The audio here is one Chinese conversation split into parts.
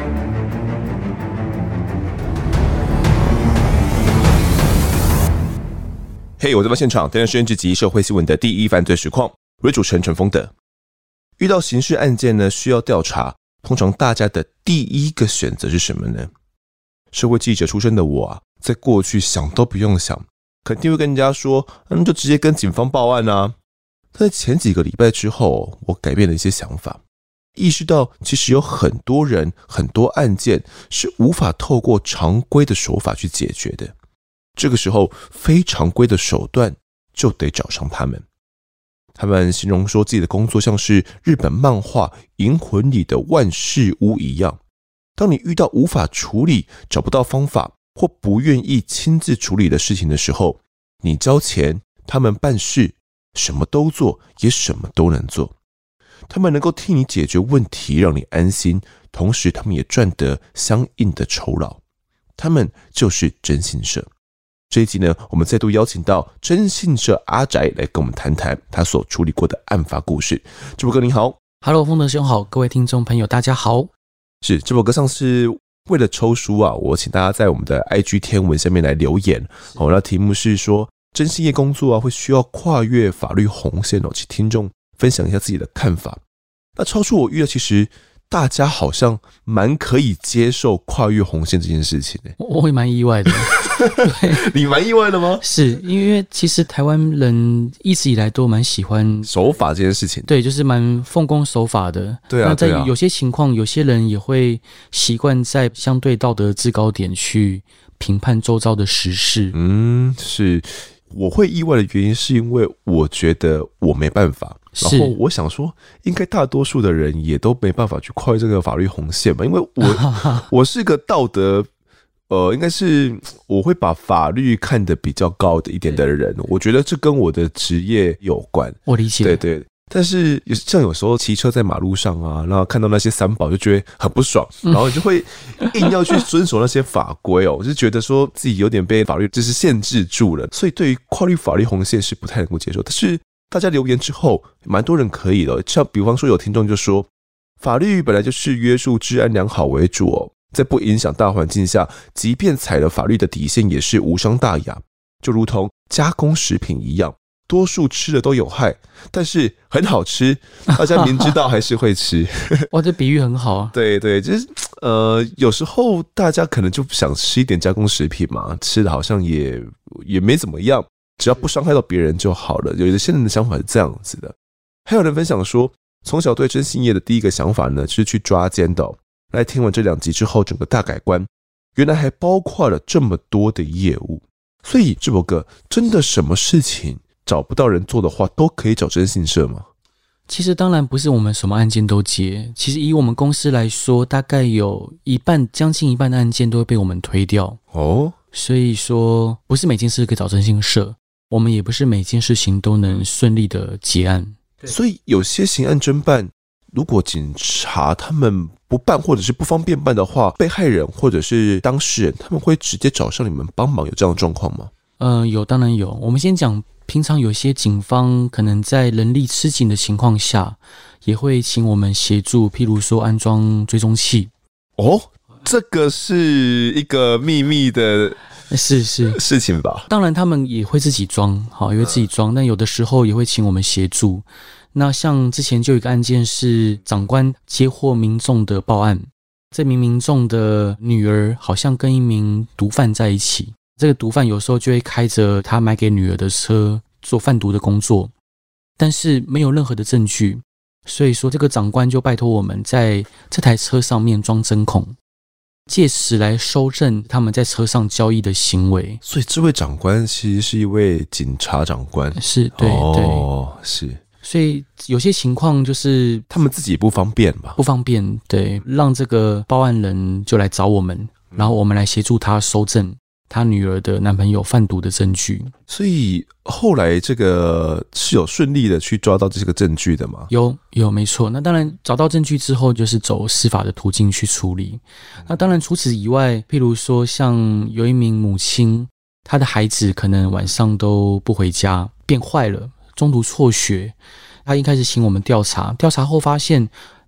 嘿，我在现场，担任实集社会新闻的第一犯罪实况，我是主持人陈丰德。遇到刑事案件呢，需要调查，通常大家的第一个选择是什么呢？社会记者出身的我啊，在过去想都不用想，肯定会跟人家说，那就直接跟警方报案啊。但在前几个礼拜之后，我改变了一些想法，意识到其实有很多人、很多案件是无法透过常规的手法去解决的。这个时候，非常规的手段就得找上他们。他们形容说自己的工作像是日本漫画《银魂》里的万事屋一样。当你遇到无法处理、找不到方法或不愿意亲自处理的事情的时候，你交钱，他们办事，什么都做，也什么都能做。他们能够替你解决问题，让你安心，同时他们也赚得相应的酬劳。他们就是征信社。这一集呢，我们再度邀请到征信社阿宅来跟我们谈谈他所处理过的案发故事。智博哥你好。 Hello 丰德兄好，各位听众朋友大家好。 是智博哥上次为了抽书啊，我请大家在我们的 IG 天文下面来留言，那题目是说征信业工作啊会需要跨越法律红线，请听众分享一下自己的看法。那超出我预料，其实大家好像蛮可以接受跨越红线这件事情的。 我也蛮意外的。 你蛮意外的吗？ 是因为其实台湾人一直以来都蛮喜欢守法这件事情， 对，就是蛮奉公守法的。 对啊， 那在有些情况，有些人也会习惯在相对道德制高点去评判周遭的时事。 是。我会意外的原因是因为我觉得我没办法，然后我想说应该大多数的人也都没办法去跨越这个法律红线吧，因为我是个道德应该是我会把法律看得比较高的一点的人，我觉得这跟我的职业有关。 我理解。 对对。但是像有时候骑车在马路上啊，然后看到那些三宝就觉得很不爽，然后你就会硬要去遵守那些法规哦，我就觉得说自己有点被法律就是限制住了，所以对于跨越法律红线是不太能够接受。但是大家留言之后，蛮多人可以的，像比方说有听众就说，法律本来就是约束治安良好为主哦，在不影响大环境下，即便踩了法律的底线也是无伤大雅，就如同加工食品一样。多数吃的都有害，但是很好吃，大家明知道还是会吃。 哇，这比喻很好啊。 对对，就是有时候大家可能就想吃一点加工食品嘛，吃的好像也没怎么样，只要不伤害到别人就好了。有些人的想法是这样子的。还有人分享说，从小对征信业的第一个想法呢，就是去抓奸的。来听完这2集之后，整个大改观，原来还包括了这么多的业务。所以智博哥，真的什么事情找不到人做的话，都可以找征信社吗？ 其实当然不是我们什么案件都接，其实以我们公司来说，大概有将近一半的案件都会被我们推掉哦。所以说，不是每件事可以找征信社，我们也不是每件事情都能顺利的结案。 所以有些刑案侦办，如果警察他们不办或者是不方便办的话，被害人或者是当事人他们会直接找上你们帮忙，有这样的状况吗？ 有，当然有。我们先讲平常有些警方可能在人力吃紧的情况下，也会请我们协助，譬如说安装追踪器。 哦，这个是一个秘密的事情吧？ 当然他们也会自己装，也会自己装，但有的时候也会请我们协助。那像之前就有一个案件是长官接获民众的报案，这名民众的女儿好像跟一名毒贩在一起，这个毒贩有时候就会开着他买给女儿的车做贩毒的工作，但是没有任何的证据，所以说这个长官就拜托我们在这台车上面装针孔，借此来收证他们在车上交易的行为。 所以这位长官其实是一位警察长官。 是，对对， 是。 所以有些情况就是他们自己也不方便吧？ 不方便，对，让这个报案人就来找我们，然后我们来协助他收证他女儿的男朋友贩毒的证据。 所以后来这个是有顺利的去抓到这个证据的吗？ 有，没错。那当然找到证据之后，就是走司法的途径去处理。那当然除此以外，譬如说像有一名母亲，她的孩子可能晚上都不回家，变坏了，中途辍学。她一开始请我们调查，调查后发现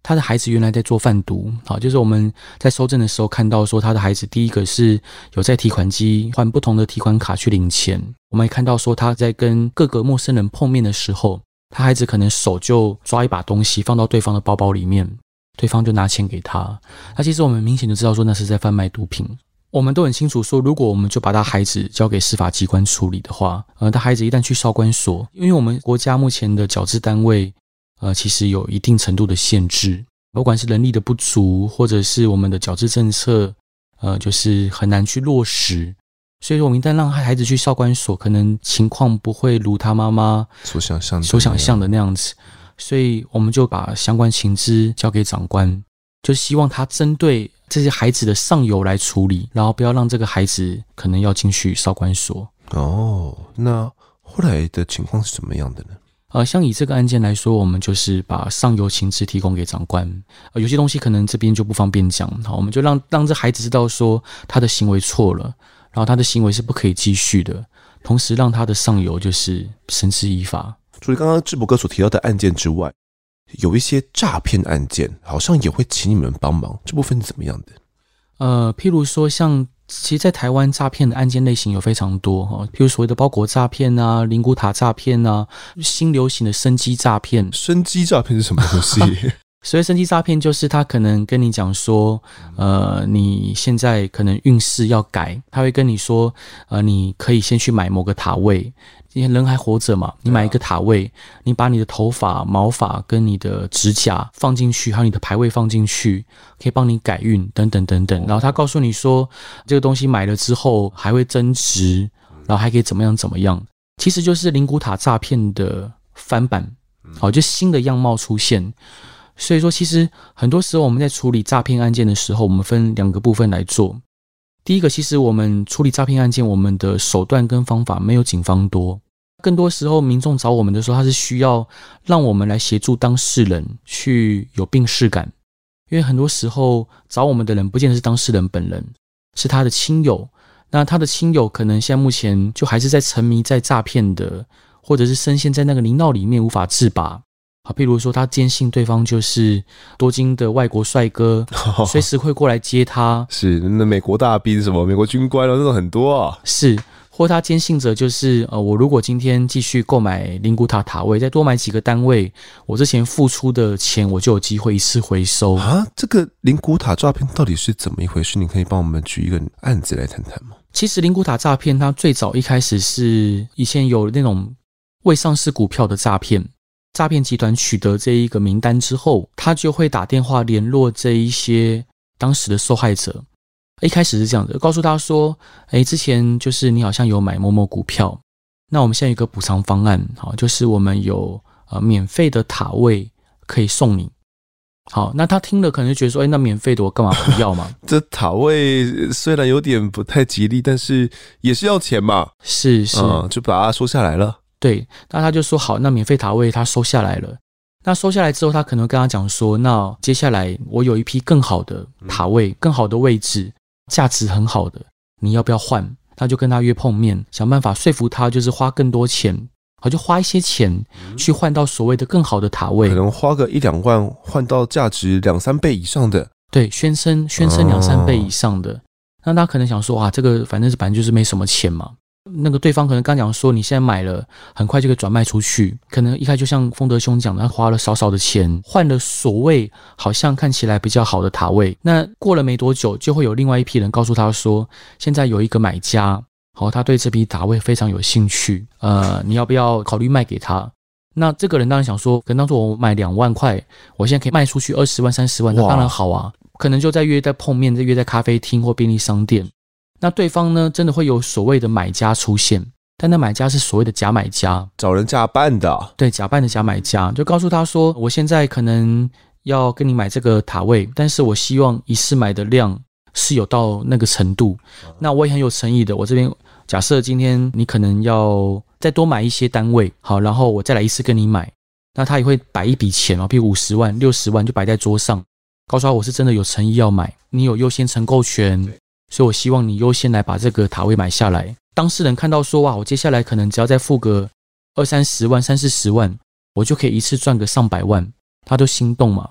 他的孩子原来在做贩毒，好，就是我们在收证的时候看到说他的孩子第一个是有在提款机换不同的提款卡去领钱，我们也看到说他在跟各个陌生人碰面的时候，他孩子可能手就抓一把东西放到对方的包包里面，对方就拿钱给他，那其实我们明显就知道说那是在贩卖毒品。我们都很清楚说，如果我们就把他孩子交给司法机关处理的话，他孩子一旦去少管所，因为我们国家目前的矫治单位其实有一定程度的限制，不管是人力的不足，或者是我们的矫治政策就是很难去落实，所以我们一旦让孩子去少管所，可能情况不会如他妈妈所想象的那样子，所以我们就把相关情资交给长官，就希望他针对这些孩子的上游来处理，然后不要让这个孩子可能要进去少管所。 那后来的情况是怎么样的呢？ 像以这个案件来说，我们就是把上游情资提供给长官，有些东西可能这边就不方便讲，好，我们就让这孩子知道说他的行为错了，然后他的行为是不可以继续的，同时让他的上游就是绳之以法。 除了刚刚智博哥所提到的案件之外，有一些诈骗案件好像也会请你们帮忙，这部分是怎么样的？ 譬如说像其实在台湾诈骗的案件类型有非常多，譬如所谓的包裹诈骗啊、灵骨塔诈骗啊，新流行的生机诈骗。 生机诈骗是什么东西？ 所谓生机诈骗就是他可能跟你讲说你现在可能运势要改，他会跟你说你可以先去买某个塔位，因为人还活着嘛，你买一个塔位，你把你的头发、毛发跟你的指甲放进去，还有你的牌位放进去，可以帮你改运等等等等，然后他告诉你说这个东西买了之后还会增值，然后还可以怎么样怎么样，其实就是灵骨塔诈骗的翻版，好，就新的样貌出现。所以说其实很多时候我们在处理诈骗案件的时候，我们分两个部分来做。第一个，其实我们处理诈骗案件，我们的手段跟方法没有警方多，更多时候民众找我们的时候，他是需要让我们来协助当事人去有病识感，因为很多时候找我们的人不见得是当事人本人，是他的亲友，那他的亲友可能现在目前就还是在沉迷在诈骗的，或者是深陷在那个泥淖里面无法自拔。好，譬如说他坚信对方就是多金的外国帅哥，随时会过来接他， 是那美国大兵什么美国军官这种很多啊， 是，或他坚信着就是我如果今天继续购买灵骨塔塔位，再多买几个单位，我之前付出的钱我就有机会一次回收啊。这个灵骨塔诈骗到底是怎么一回事？你可以帮我们举一个案子来谈谈吗？ 其实灵骨塔诈骗它最早一开始是以前有那种未上市股票的诈骗，诈骗集团取得这一个名单之后，他就会打电话联络这一些当时的受害者。一开始是这样的，告诉他说之前就是你好像有买某某股票，那我们现在有一个补偿方案，好，就是我们有免费的塔位可以送你。好，那他听了可能就觉得说那免费的我干嘛不要嘛？ 这塔位虽然有点不太吉利，但是也是要钱嘛。 是就把它收下来了。 对，那他就说好，那免费塔位他收下来了。那收下来之后，他可能跟他讲说，那接下来我有一批更好的塔位，更好的位置，价值很好的，你要不要换？他就跟他约碰面，想办法说服他，就是花更多钱，好，就花一些钱去换到所谓的更好的塔位， 可能花个1-2万换到价值2-3倍以上的， 对，宣称2-3倍以上的。那他可能想说，这个反正就是没什么钱嘛。那个对方可能刚讲说你现在买了很快就可以转卖出去，可能一开始就像丰德兄讲的，他花了少少的钱换了所谓好像看起来比较好的塔位。那过了没多久就会有另外一批人告诉他说，现在有一个买家，好，他对这批塔位非常有兴趣，你要不要考虑卖给他？那这个人当然想说，可能当初我买2万块，我现在可以卖出去20万30万，那当然好啊。可能就在碰面，再约在咖啡厅或便利商店。那对方呢，真的会有所谓的买家出现，但那买家是所谓的假买家， 找人假扮的。对， 假扮的假买家，就告诉他说，我现在可能要跟你买这个塔位，但是我希望一次买的量是有到那个程度，那我也很有诚意的，我这边假设今天你可能要再多买一些单位，好，然后我再来一次跟你买，那他也会摆一笔钱，譬如50万60万就摆在桌上，告诉他我是真的有诚意要买，你有优先承购权，所以我希望你优先来把这个塔位买下来。当事人看到说，哇，我接下来可能只要再付个20-30万30-40万，我就可以一次赚个上百万，他都心动嘛。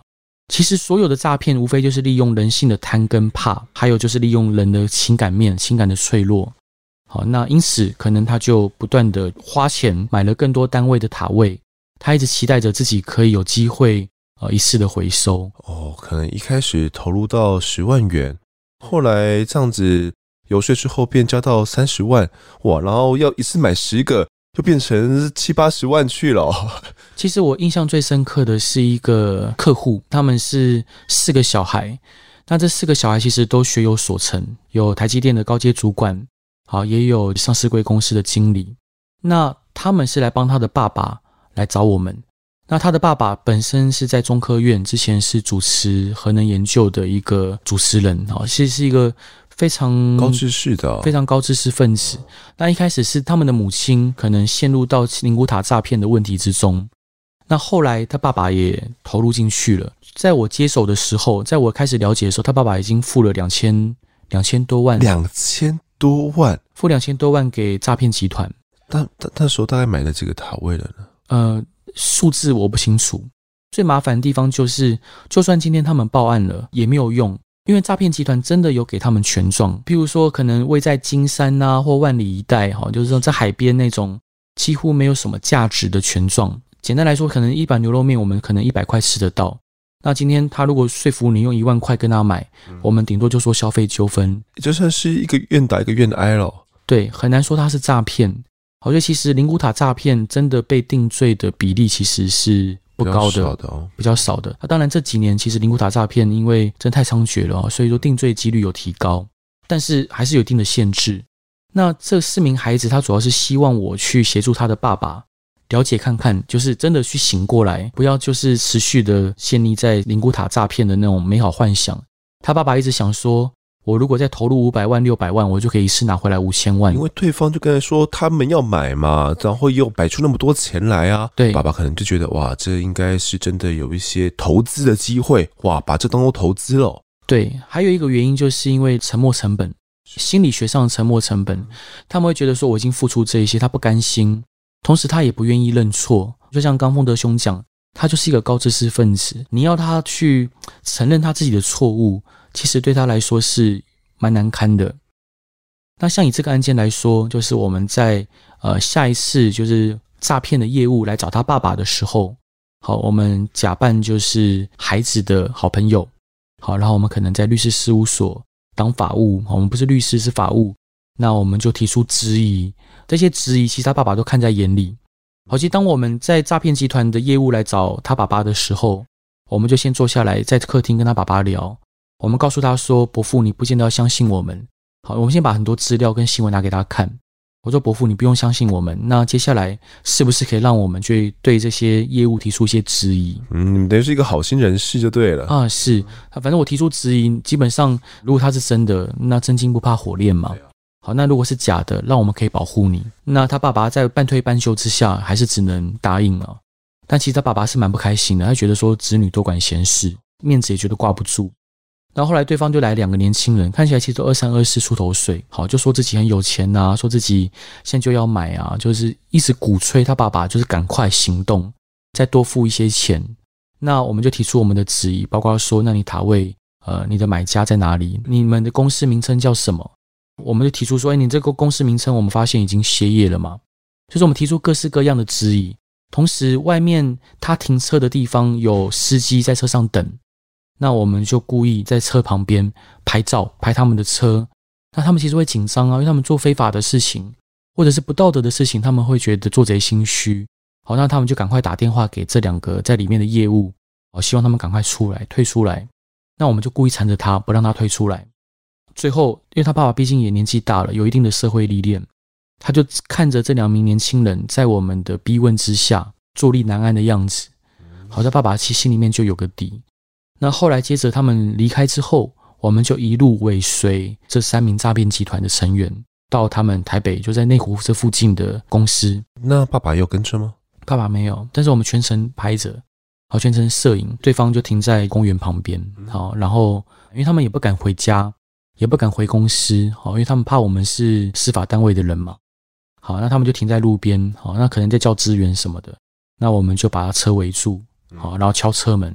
其实所有的诈骗无非就是利用人性的贪跟怕，还有就是利用人的情感面、情感的脆弱。好，那因此可能他就不断的花钱买了更多单位的塔位，他一直期待着自己可以有机会一次的回收。 可能一开始投入到10万元，后来这样子游说之后变加到30万，哇，然后要一次买10个，就变成70-80万去了。 其实我印象最深刻的是一个客户，他们是4个小孩，那这4个小孩其实都学有所成，有台积电的高阶主管，好，也有上市贵公司的经理。那他们是来帮他的爸爸来找我们。那他的爸爸本身是在中科院，之前是主持核能研究的一个主持人，其实是一个非常高知识的， 非常高知识分子。那一开始是他们的母亲可能陷入到灵骨塔诈骗的问题之中，那后来他爸爸也投入进去了。在我接手的时候，在我开始了解的时候，他爸爸已经付了2000多万 ，2000多万， 付2000多万给诈骗集团。 那时候大概买了几个塔位了呢？ 数字我不清楚。最麻烦的地方就是，就算今天他们报案了也没有用，因为诈骗集团真的有给他们权状，譬如说可能位在金山啊或万里一带，就是说在海边那种几乎没有什么价值的权状。简单来说，可能一碗牛肉面我们可能100块吃得到，那今天他如果说服你用1万块跟他买，我们顶多就说消费纠纷， 就算是一个愿打一个愿挨咯。 对，很难说他是诈骗。好，所以其实灵骨塔诈骗真的被定罪的比例其实是不高的，比较少的。那当然这几年其实灵骨塔诈骗因为真太猖獗了，所以说定罪几率有提高，但是还是有一定的限制。那这4名孩子他主要是希望我去协助他的爸爸了解看看，就是真的去醒过来，不要就是持续的陷溺在灵骨塔诈骗的那种美好幻想。他爸爸一直想说，我如果再投入500万600万，我就可以一次拿回来5000万。 因为对方就跟他说他们要买嘛，然后又摆出那么多钱来啊。 对， 爸爸可能就觉得哇，这应该是真的有一些投资的机会，哇，把这当作投资了。 对，还有一个原因就是因为沉没成本，心理学上的沉没成本，他们会觉得说我已经付出这一些，他不甘心，同时他也不愿意认错。就像刚凤德兄讲，他就是一个高知识分子，你要他去承认他自己的错误，其实对他来说是蛮难堪的。那像以这个案件来说，就是我们在下一次就是诈骗的业务来找他爸爸的时候，好，我们假扮就是孩子的好朋友，好，然后我们可能在律师事务所当法务，我们不是律师是法务，那我们就提出质疑，这些质疑其实他爸爸都看在眼里。好，其实当我们在诈骗集团的业务来找他爸爸的时候，我们就先坐下来在客厅跟他爸爸聊，我们告诉他说，伯父你不见得要相信我们，好，我们先把很多资料跟新闻拿给他看，我说伯父你不用相信我们，那接下来是不是可以让我们去对这些业务提出一些质疑？ 你们等于是一个好心人士就对了啊，是，反正我提出质疑，基本上如果他是真的，那真金不怕火炼嘛。好，那如果是假的，让我们可以保护你。那他爸爸在半推半就之下，还是只能答应了。但其实他爸爸是蛮不开心的，他觉得说子女多管闲事，面子也觉得挂不住。然后后来对方就来2个年轻人，看起来其实都23、24出头岁，好，就说自己很有钱啊，说自己现在就要买啊，就是一直鼓吹他爸爸就是赶快行动，再多付一些钱。那我们就提出我们的质疑，包括说，那你塔位你的买家在哪里？你们的公司名称叫什么？我们就提出说，你这个公司名称我们发现已经歇业了嘛，就是我们提出各式各样的质疑。同时外面他停车的地方有司机在车上等，那我们就故意在车旁边拍照，拍他们的车。那他们其实会紧张啊，因为他们做非法的事情或者是不道德的事情，他们会觉得做贼心虚。好，那他们就赶快打电话给这2个在里面的业务，希望他们赶快出来退出来。那我们就故意缠着他，不让他退出来。最后因为他爸爸毕竟也年纪大了，有一定的社会历练，他就看着这2名年轻人在我们的逼问之下坐立难安的样子，好，他爸爸其实心里面就有个底。那后来接着他们离开之后，我们就一路尾随这3名诈骗集团的成员到他们台北就在内湖这附近的公司。 那爸爸有跟着吗？ 爸爸没有，但是我们全程拍着，好，全程摄影，对方就停在公园旁边，好，然后因为他们也不敢回家，也不敢回公司，好，因为他们怕我们是司法单位的人嘛。好，那他们就停在路边，好，那可能在叫支援什么的，那我们就把他车围住，好，然后敲车门，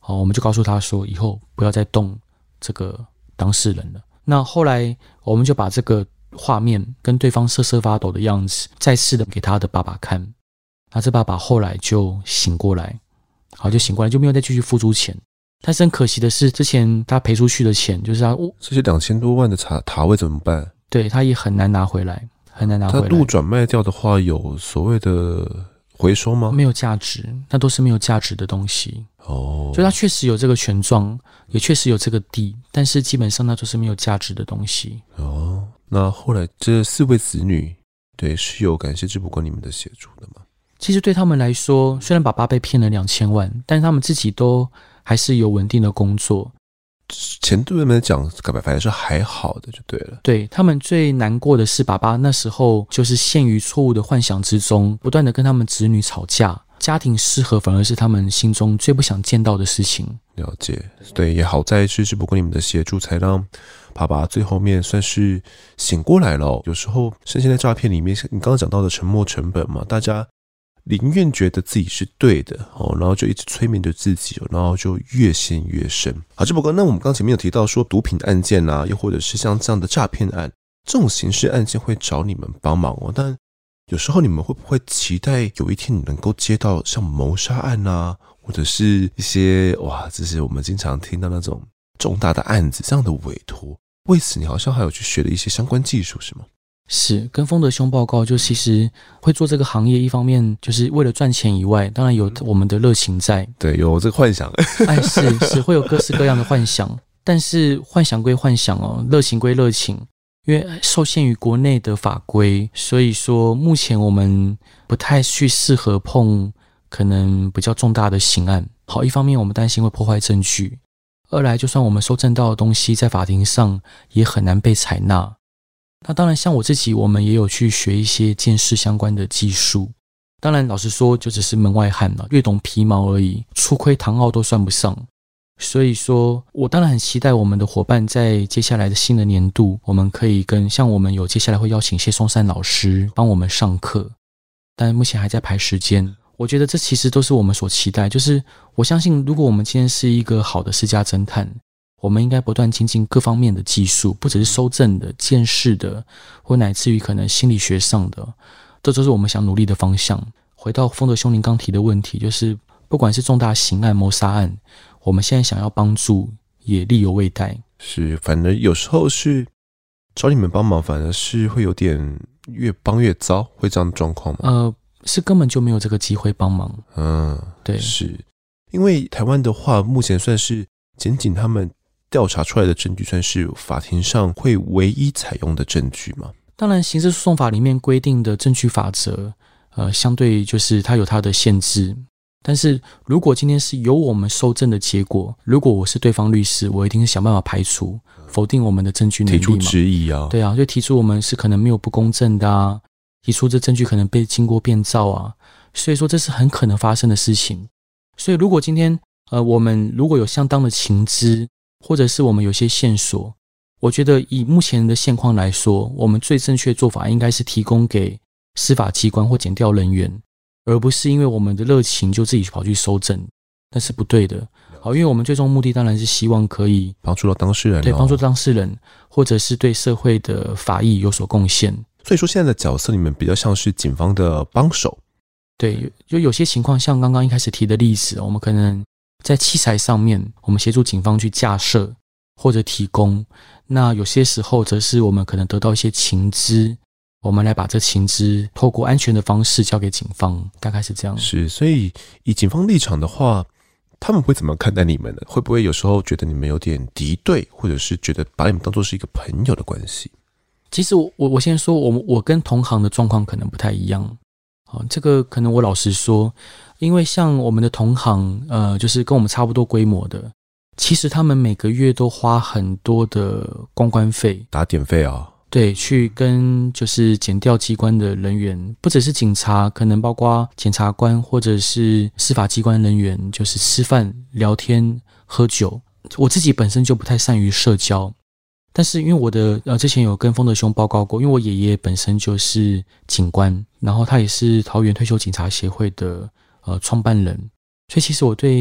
我们就告诉他说，以后不要再动这个当事人了。那后来我们就把这个画面跟对方瑟瑟发抖的样子再次的给他的爸爸看，那这爸爸后来就醒过来，就没有再继续付出钱。但是很可惜的是，之前他赔出去的钱，就是这些2000多万的塔位怎么办？ 对，他也很难拿回来，很难拿回来。 他路转卖掉的话，有所谓的回收吗？ 没有价值，那都是没有价值的东西。所以他确实有这个权状，也确实有这个地，但是基本上那都是没有价值的东西。 那后来这4位子女，对，是有感谢智博哥你们的协助的吗？ 其实对他们来说，虽然爸爸被骗了2000万，但是他们自己都还是有稳定的工作。 钱对他们来讲，反正是还好的，就对了。 对，他们最难过的是，爸爸那时候就是陷于错误的幻想之中，不断的跟他们子女吵架，家庭失和反而是他们心中最不想见到的事情。 了解，对，也好在是智博哥你们的协助，才让爸爸最后面算是醒过来了。有时候深陷在诈骗里面，你刚刚讲到的沉没成本嘛，大家宁愿觉得自己是对的然后就一直催眠着自己，然后就越陷越深。好，智博哥，那我们刚前面有提到说毒品案件啊，又或者是像这样的诈骗案，这种刑事案件会找你们帮忙但有时候你们会不会期待有一天你能够接到像谋杀案啊，或者是一些这是我们经常听到那种重大的案子这样的委托？为此你好像还有去学了一些相关技术是吗？ 是，跟丰德兄报告，就其实会做这个行业，一方面就是为了赚钱以外，当然有我们的热情在。 对，有这个幻想。 是会有各式各样的幻想，但是幻想归幻想热情归热情，因为受限于国内的法规，所以说目前我们不太去适合碰可能比较重大的刑案。好，一方面我们担心会破坏证据，二来就算我们收证到的东西在法庭上也很难被采纳。那当然像我自己，我们也有去学一些鉴识相关的技术，当然老实说就只是门外汉略懂皮毛而已，初窥堂奥都算不上。所以说我当然很期待我们的伙伴在接下来的新的年度，我们可以像我们有接下来会邀请谢松山老师帮我们上课，但目前还在排时间。我觉得这其实都是我们所期待，就是我相信如果我们今天是一个好的私家侦探，我们应该不断精进各方面的技术，不只是收证的、鉴识的，或乃至于可能心理学上的，这都是我们想努力的方向。回到丰德兄您刚提的问题，就是不管是重大刑案、谋杀案，我们现在想要帮助也力有未逮。 是，反而有时候是找你们帮忙，反而是会有点越帮越糟，会这样的状况吗？ 是根本就没有这个机会帮忙。对， 是因为台湾的话，目前算是检警他们调查出来的证据，算是法庭上会唯一采用的证据吗？ 当然，刑事诉讼法里面规定的证据法则，相对就是它有它的限制。但是如果今天是由我们收证的结果，如果我是对方律师，我一定是想办法排除、否定我们的证据能力嘛， 提出质疑啊。 对啊，就提出我们是可能没有不公正的啊，提出这证据可能被经过变造啊，所以说这是很可能发生的事情。所以如果今天我们如果有相当的情资，或者是我们有些线索，我觉得以目前的现况来说，我们最正确的做法应该是提供给司法机关或检调人员，而不是因为我们的热情就自己跑去收证，那是不对的。好，因为我们最终目的当然是希望可以帮助到当事人， 对，帮助当事人，或者是对社会的法益有所贡献。 所以说现在的角色，你们比较像是警方的帮手。 对，就有些情况，像刚刚一开始提的例子，我们可能在器材上面，我们协助警方去架设或者提供。那有些时候，则是我们可能得到一些情资，我们来把这情资透过安全的方式交给警方，大概是这样。 是，所以以警方立场的话，他们会怎么看待你们呢？会不会有时候觉得你们有点敌对，或者是觉得把你们当作是一个朋友的关系？ 其实我先说，我跟同行的状况可能不太一样。这个可能我老实说，因为像我们的同行，就是跟我们差不多规模的，其实他们每个月都花很多的公关费、 打点费啊。 对，去跟就是检调机关的人员，不只是警察，可能包括检察官或者是司法机关人员，就是吃饭、聊天、喝酒。我自己本身就不太善于社交，但是因为我的之前有跟丰德兄报告过，因为我爷爷本身就是警官，然后他也是桃园退休警察协会的创办人，所以其实我对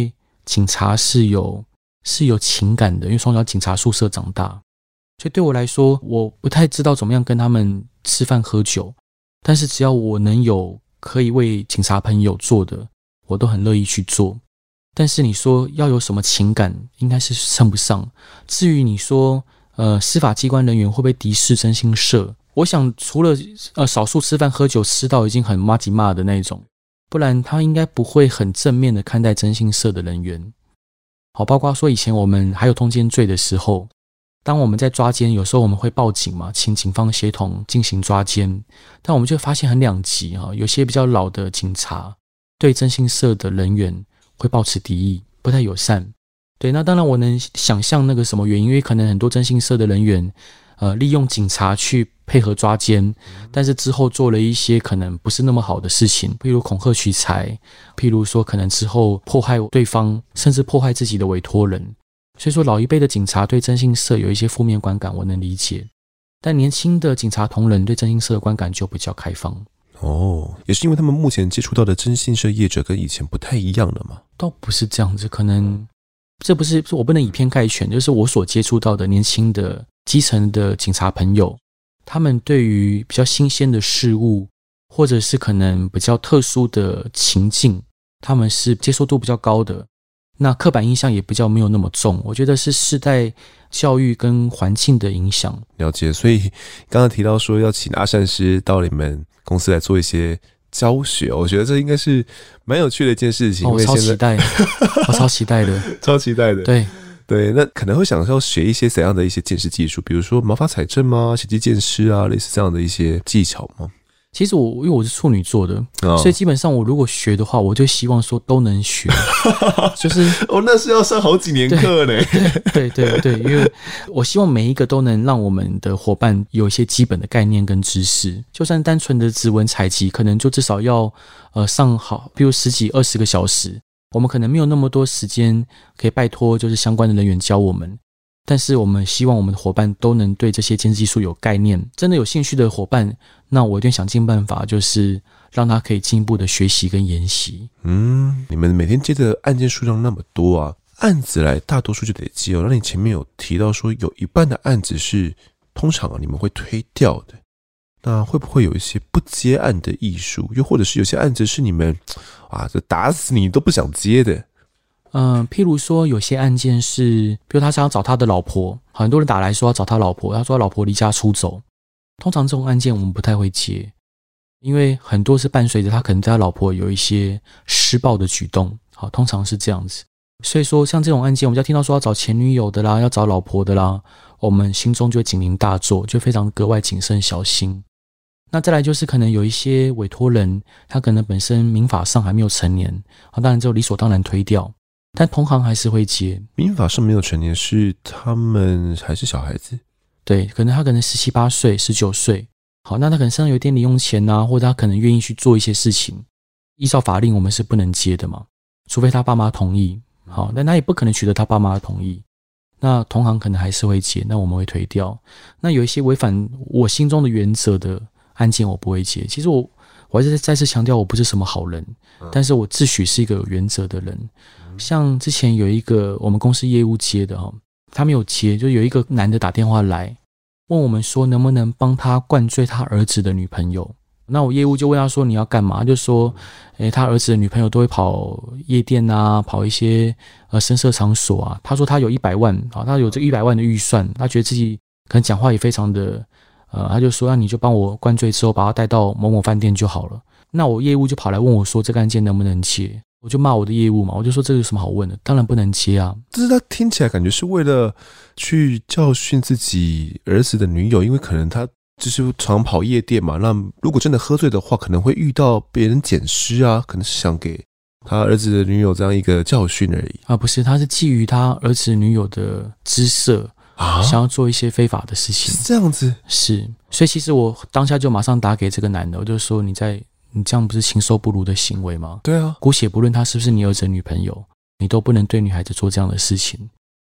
警察是有情感的，因为从小警察宿舍长大，所以对我来说，我不太知道怎么样跟他们吃饭喝酒，但是只要我能有可以为警察朋友做的，我都很乐意去做。但是你说要有什么情感，应该是称不上。至于你说司法机关人员会不会敌视征信社，我想除了少数吃饭喝酒吃到已经很麻吉骂的那种，不然他应该不会很正面的看待征信社的人员。好，包括说以前我们还有通奸罪的时候，当我们在抓奸，有时候我们会报警嘛，请警方协同进行抓奸，但我们就发现很两极哈，有些比较老的警察对征信社的人员会抱持敌意，不太友善。对，那当然我能想象那个什么原因，因为可能很多征信社的人员利用警察去配合抓奸，但是之后做了一些可能不是那么好的事情，譬如恐吓取财，譬如说可能之后迫害对方，甚至迫害自己的委托人。所以说老一辈的警察对征信社有一些负面观感，我能理解，但年轻的警察同仁对征信社的观感就比较开放。 也是因为他们目前接触到的征信社业者跟以前不太一样了嘛？ 倒不是这样子，可能这不是我不能以偏概全，就是我所接触到的年轻的基层的警察朋友，他们对于比较新鲜的事物，或者是可能比较特殊的情境，他们是接受度比较高的，那刻板印象也比较没有那么重。我觉得是世代教育跟环境的影响。 了解。所以刚刚提到说要请阿善师到你们公司来做一些教学，我觉得这应该是蛮有趣的一件事情。 我超期待我超期待的超期待的。对，那可能会想要学一些怎样的一些鉴识技术，比如说毛发采证吗，血迹鉴识啊，类似这样的一些技巧吗？ 其实因为我是处女座的，所以基本上我如果学的话，我就希望说都能学，就是那是要上好几年课呢。 对，因为我希望每一个都能让我们的伙伴有一些基本的概念跟知识，就算单纯的指纹采集，可能就至少要上好，比如10几20个小时，我们可能没有那么多时间可以拜托就是相关的人员教我们。但是我们希望我们的伙伴都能对这些鉴识技术有概念，真的有兴趣的伙伴，那我一定想尽办法，就是让他可以进一步的学习跟研习。 你们每天接的案件数量那么多啊，案子来大多数就得接那你前面有提到说有一半的案子是通常你们会推掉的，那会不会有一些不接案的艺术，又或者是有些案子是你们这打死你都不想接的？ 譬如说有些案件是，比如他想要找他的老婆，很多人打来说要找他老婆，他说他老婆离家出走，通常这种案件我们不太会接，因为很多是伴随着他可能对他老婆有一些施暴的举动，好，通常是这样子。所以说像这种案件，我们就听到说要找前女友的啦，要找老婆的啦，我们心中就会警铃大作，就非常格外谨慎小心。那再来就是可能有一些委托人，他可能本身民法上还没有成年，当然就理所当然推掉，但同行还是会接。 民法上没有成年是他们还是小孩子？ 对，可能他可能17、18岁、19岁。好，那他可能身上有点零用钱啊，或者他可能愿意去做一些事情。依照法令我们是不能接的嘛，除非他爸妈同意。好，但他也不可能取得他爸妈的同意。那同行可能还是会接，那我们会推掉。那有一些违反我心中的原则的案件我不会接。其实我还是再次强调，我不是什么好人，但是我自诩是一个有原则的人。像之前有一个我们公司业务接的他没有接，就有一个男的打电话来问我们说能不能帮他灌醉他儿子的女朋友。那我业务就问他说你要干嘛，就说他儿子的女朋友都会跑夜店啊，跑一些声色场所啊。他说他有100万，他有这个100万的预算，他觉得自己可能讲话也非常的他就说那你就帮我灌醉之后把他带到某某饭店就好了。那我业务就跑来问我说这个案件能不能接，我就骂我的业务嘛，我就说这有什么好问的，当然不能接啊。 但是他听起来感觉是为了去教训自己儿子的女友，因为可能他就是常跑夜店嘛，那如果真的喝醉的话可能会遇到别人捡尸啊，可能是想给他儿子的女友这样一个教训而已不是，他是基于他儿子女友的姿色想要做一些非法的事情。 是这样子？ 是，所以其实我当下就马上打给这个男的，我就说你这样不是禽兽不如的行为吗？ 对啊， 姑且不论他是不是你儿子的女朋友，你都不能对女孩子做这样的事情。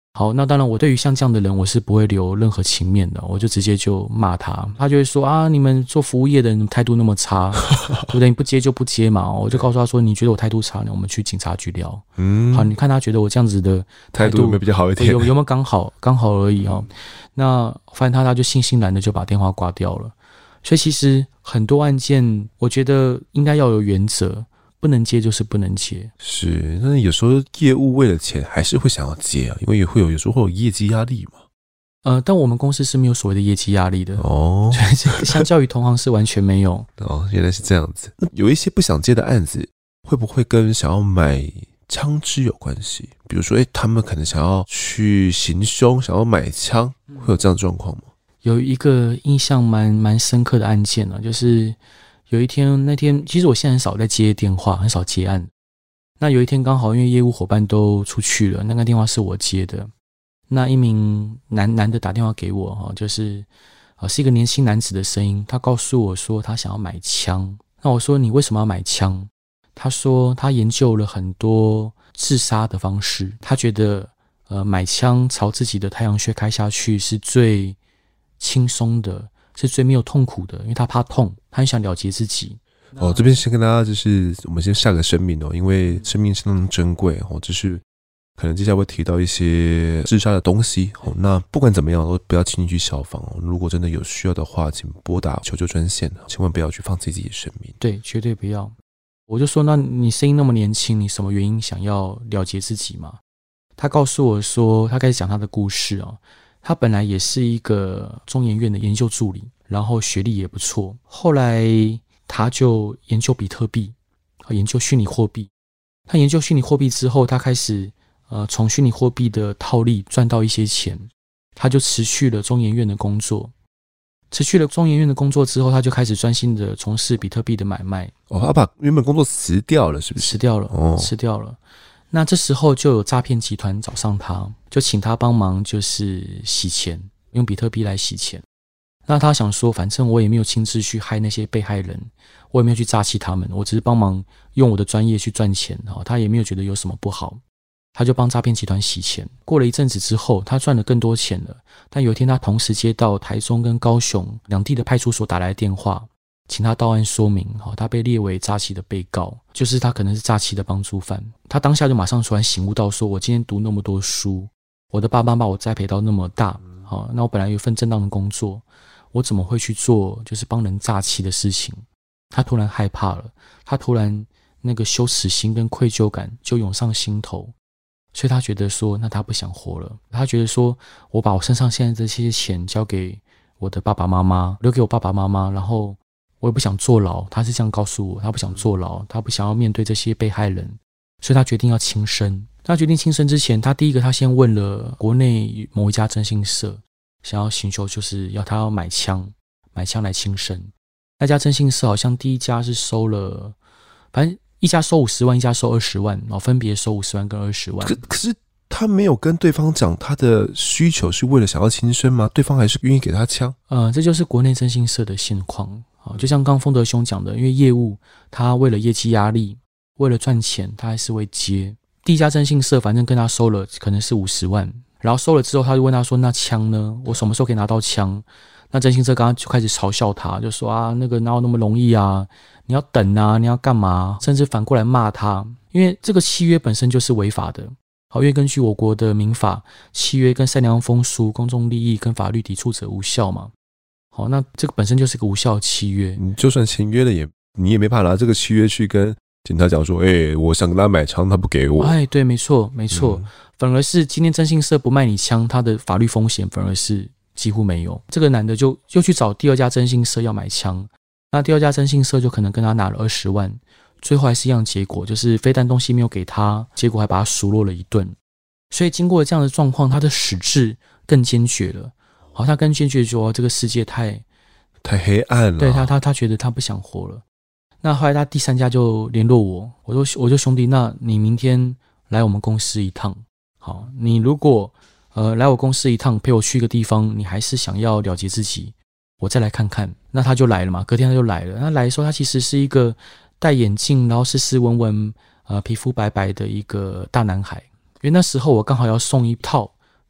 好，那当然我对于像这样的人我是不会留任何情面的，我就直接就骂他，他就会说啊，你们做服务业的人态度那么差对不对？你不接就不接嘛，我就告诉他说，你觉得我态度差呢，我们去警察局聊。好，你看他觉得我这样子的态度有没有比较好一点？ 有没有刚好而已哦。那发现他就悻悻然的就把电话挂掉了。所以其实很多案件我觉得应该要有原则，不能接就是不能接。 是，但是有时候业务为了钱还是会想要接啊，因为有时候会有业绩压力嘛。 但我们公司是没有所谓的业绩压力的哦， 相较于同行是完全没有。 哦，原来是这样子。那有一些不想接的案子，会不会跟想要买枪支有关系？比如说，他们可能想要去行凶，想要买枪，会有这样的状况吗？ 有一个印象蛮深刻的案件呢，就是有一天，那天其实我现在很少在接电话，很少接案。那有一天刚好因为业务伙伴都出去了，那个电话是我接的。那一名男的打电话给我，就是是一个年轻男子的声音，他告诉我说他想要买枪。那我说你为什么要买枪？他说他研究了很多自杀的方式，他觉得买枪朝自己的太阳穴开下去是最轻松的，是最没有痛苦的，因为他怕痛，他很想了结自己。 这边先跟大家就是我们先下个声明因为生命相当珍贵就是可能接下来会提到一些自杀的东西那不管怎么样都不要轻易去效仿如果真的有需要的话，请拨打求救专线，千万不要去放弃自己的生命。 对，绝对不要。我就说，那你声音那么年轻，你什么原因想要了结自己吗？他告诉我说，他开始讲他的故事他本来也是一个中研院的研究助理，然后学历也不错，后来他就研究比特币，研究虚拟货币。他研究虚拟货币之后，他开始从虚拟货币的套利赚到一些钱，他就辞去了中研院的工作。辞去了中研院的工作之后，他就开始专心的从事比特币的买卖。 他把原本工作辞掉了，是不是？ 辞掉了，辞掉了。那这时候就有诈骗集团找上他，就请他帮忙，就是洗钱，用比特币来洗钱。那他想说，反正我也没有亲自去害那些被害人，我也没有去诈欺他们，我只是帮忙用我的专业去赚钱，他也没有觉得有什么不好，他就帮诈骗集团洗钱。过了一阵子之后，他赚了更多钱了。但有一天，他同时接到台中跟高雄两地的派出所打来的电话，请他到案说明，他被列为诈欺的被告，就是他可能是诈欺的帮助犯。他当下就马上突然醒悟到说，我今天读那么多书，我的爸妈把我栽培到那么大，那我本来有一份正当的工作，我怎么会去做就是帮人诈欺的事情？他突然害怕了，他突然那个羞耻心跟愧疚感就涌上心头，所以他觉得说，那他不想活了。他觉得说，我把我身上现在这些钱交给我的爸爸妈妈，留给我爸爸妈妈，然后我也不想坐牢。他是这样告诉我，他不想坐牢，他不想要面对这些被害人，所以他决定要轻生。他决定轻生之前，他第一个他先问了国内某一家征信社，想要寻求就是要他要买枪来轻生。那家征信社好像第一家是收了，反正一家收50万，一家收20万，然后分别收50万跟20万。 可是他没有跟对方讲他的需求是为了想要轻生吗？对方还是愿意给他枪？ 这就是国内征信社的现况。就像刚丰德兄讲的，因为业务他为了业绩压力，为了赚钱，他还是会接。第一家征信社反正跟他收了可能是50万，然后收了之后，他就问他说：“那枪呢？我什么时候可以拿到枪？”那征信社刚刚就开始嘲笑他，就说啊，那个哪有那么容易啊？你要等啊，你要干嘛？甚至反过来骂他，因为这个契约本身就是违法的。好，因为根据我国的民法，契约跟善良风俗、公众利益跟法律抵触者无效嘛。好，那这个本身就是个无效的契约。 你就算签约了你也没办法拿这个契约去跟警察讲说，我想跟他买枪，他不给我。 对，没错，没错。反而是今天征信社不卖你枪，他的法律风险反而是几乎没有。这个男的就去找第二家征信社要买枪，那第二家征信社就可能跟他拿了20万，最后还是一样结果，就是非但东西没有给他，结果还把他数落了一顿。所以经过这样的状况，他的矢志更坚决了。好，他更坚决说这个世界太黑暗了。 对他觉得他不想活了。那后来他第三家就联络我，我说兄弟，那你明天来我们公司一趟。好，你如果来我公司一趟，陪我去一个地方，你还是想要了结自己，我再来看看。那他就来了嘛，隔天他就来了。他来的时候，他其实是一个戴眼镜，然后斯斯文文，皮肤白白的一个大男孩。因为那时候我刚好要送一套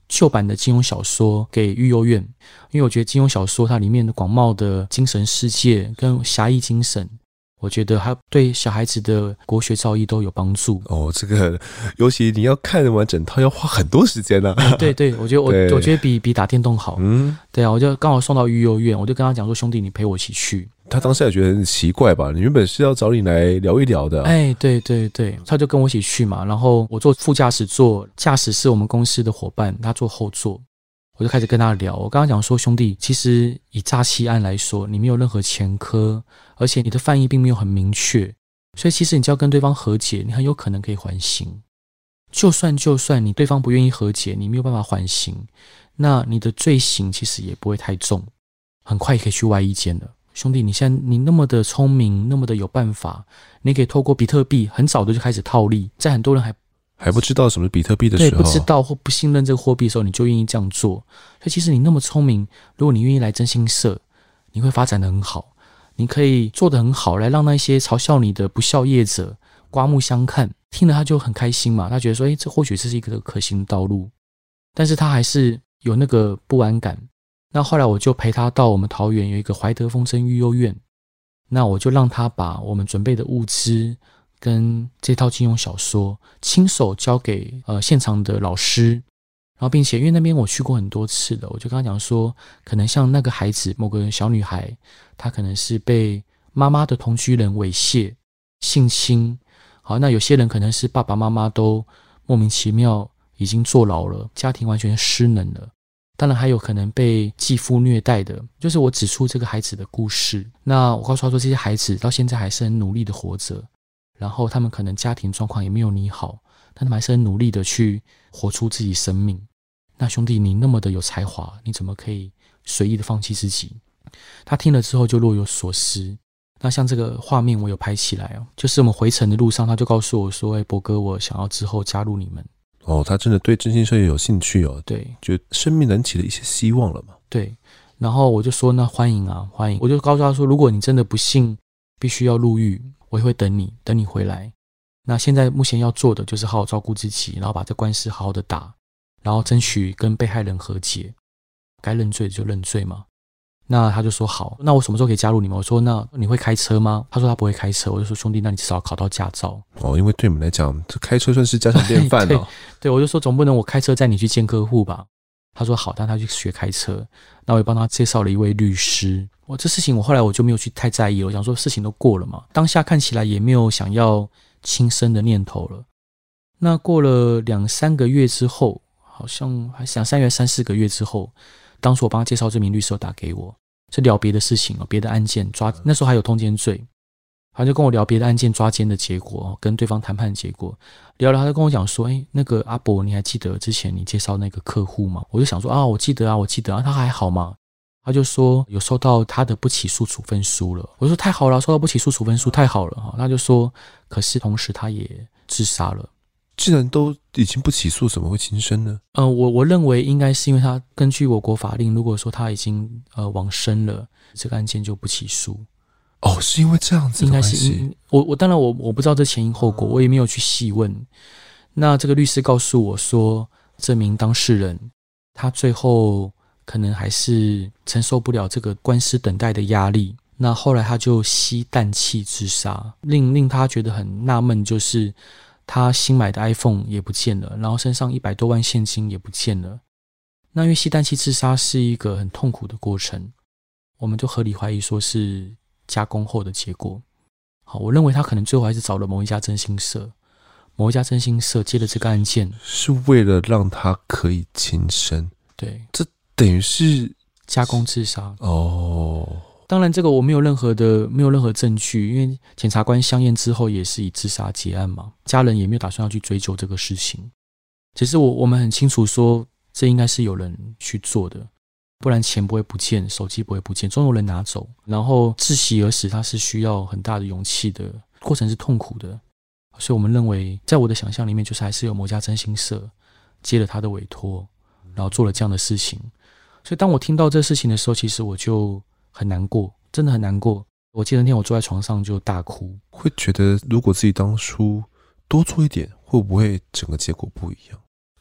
旧版的金庸小说给育幼院，因为我觉得金庸小说它里面的广袤的精神世界跟侠义精神，我觉得还对小孩子的国学造诣都有帮助。 这个尤其你要看完整套要花很多时间呢。 对对，我觉得比打电动好。对啊，我就刚好送到育幼院，我就跟他讲说，兄弟，你陪我一起去。 他当时也觉得很奇怪吧？你原本是要找你来聊一聊的。 对对对，他就跟我一起去嘛。然后我坐副驾驶座，驾驶是我们公司的伙伴，他坐后座。我就开始跟他聊，我刚刚讲说，兄弟，其实以诈欺案来说，你没有任何前科，而且你的犯意并没有很明确，所以其实你只要跟对方和解，你很有可能可以缓刑。就算你对方不愿意和解，你没有办法缓刑，那你的罪行其实也不会太重，很快也可以去外衣间了。兄弟，你那么的聪明，那么的有办法，你可以透过比特币很早的就开始套利，在很多人还不知道什么是比特币的时候， 对，不知道或不信任这个货币的时候，你就愿意这样做。所以其实你那么聪明，如果你愿意来真心社，你会发展得很好，你可以做得很好，来让那些嘲笑你的不孝业者刮目相看。听了他就很开心嘛，他觉得说，这或许这是一个可行的道路，但是他还是有那个不安感。那后来我就陪他到我们桃园有一个怀德风筝育幼院，那我就让他把我们准备的物资跟这套金庸小说亲手交给现场的老师，然后并且因为那边我去过很多次了，我就跟他讲说，可能像那个孩子某个小女孩，她可能是被妈妈的同居人猥亵性侵，好，那有些人可能是爸爸妈妈都莫名其妙已经坐牢了，家庭完全失能了，当然还有可能被继父虐待的，就是我指出这个孩子的故事。那我告诉他说，这些孩子到现在还是很努力的活着，然后他们可能家庭状况也没有你好，但他们还是很努力的去活出自己生命。那兄弟，你那么的有才华，你怎么可以随意的放弃自己？他听了之后就若有所思。那像这个画面我有拍起来就是我们回程的路上，他就告诉我说，博哥，我想要之后加入你们。 他真的对真心社也有兴趣对， 觉得生命燃起了一些希望了嘛。 对，然后我就说，那欢迎啊，欢迎。我就告诉他说，如果你真的不幸必须要入狱，我也会等你回来。那现在目前要做的就是好好照顾自己，然后把这官司好好的打，然后争取跟被害人和解，该认罪就认罪嘛。那他就说好，那我什么时候可以加入你们？我说那你会开车吗？他说他不会开车。我就说兄弟，那你至少要考到驾照因为对你们来讲，这开车算是家常便饭对，我就说总不能我开车载你去见客户吧。他说好，但他去学开车。那我也帮他介绍了一位律师。这事情后来我就没有去太在意了，我想说事情都过了嘛，当下看起来也没有想要轻生的念头了。那过了2-3个月之后，好像还2-3月3-4个月之后，当初我帮他介绍这名律师打给我，是聊别的事情别的案件那时候还有通奸罪，他就跟我聊别的案件抓奸的结果，跟对方谈判的结果，聊聊他就跟我讲说，那个阿伯，你还记得之前你介绍那个客户吗？我就想说我记得啊，他还好吗？他就说有收到他的不起诉处分书了。我就说太好了，收到不起诉处分书太好了。他就说可是同时他也自杀了。 既然都已经不起诉，怎么会轻生呢？ 我认为应该是因为他根据我国法令，如果说他已经往生了，这个案件就不起诉。 是因为这样子的关系？ 应该是我当然我不知道这前因后果，我也没有去细问。那这个律师告诉我说，这名当事人他最后可能还是承受不了这个官司等待的压力，那后来他就吸氮气自杀。令他觉得很纳闷，就是他新买的 iPhone 也不见了，然后身上100多万现金也不见了。那因为吸氮气自杀是一个很痛苦的过程，我们就合理怀疑说是加工后的结果。好，我认为他可能最后还是找了某一家征信社接了这个案件， 是为了让他可以轻生。 对， 这等于是加工自杀。当然这个我没有任何证据，因为检察官相验之后也是以自杀结案嘛，家人也没有打算要去追究这个事情。只是我们很清楚说，这应该是有人去做的，不然钱不会不见，手机不会不见，总有人拿走。然后窒息而死，它是需要很大的勇气的，过程是痛苦的。所以我们认为，在我的想象里面，就是还是有某家征信社接了他的委托，然后做了这样的事情。所以当我听到这事情的时候，其实我就很难过，真的很难过。我记得那天我坐在床上就大哭， 会觉得如果自己当初多做一点，会不会整个结果不一样？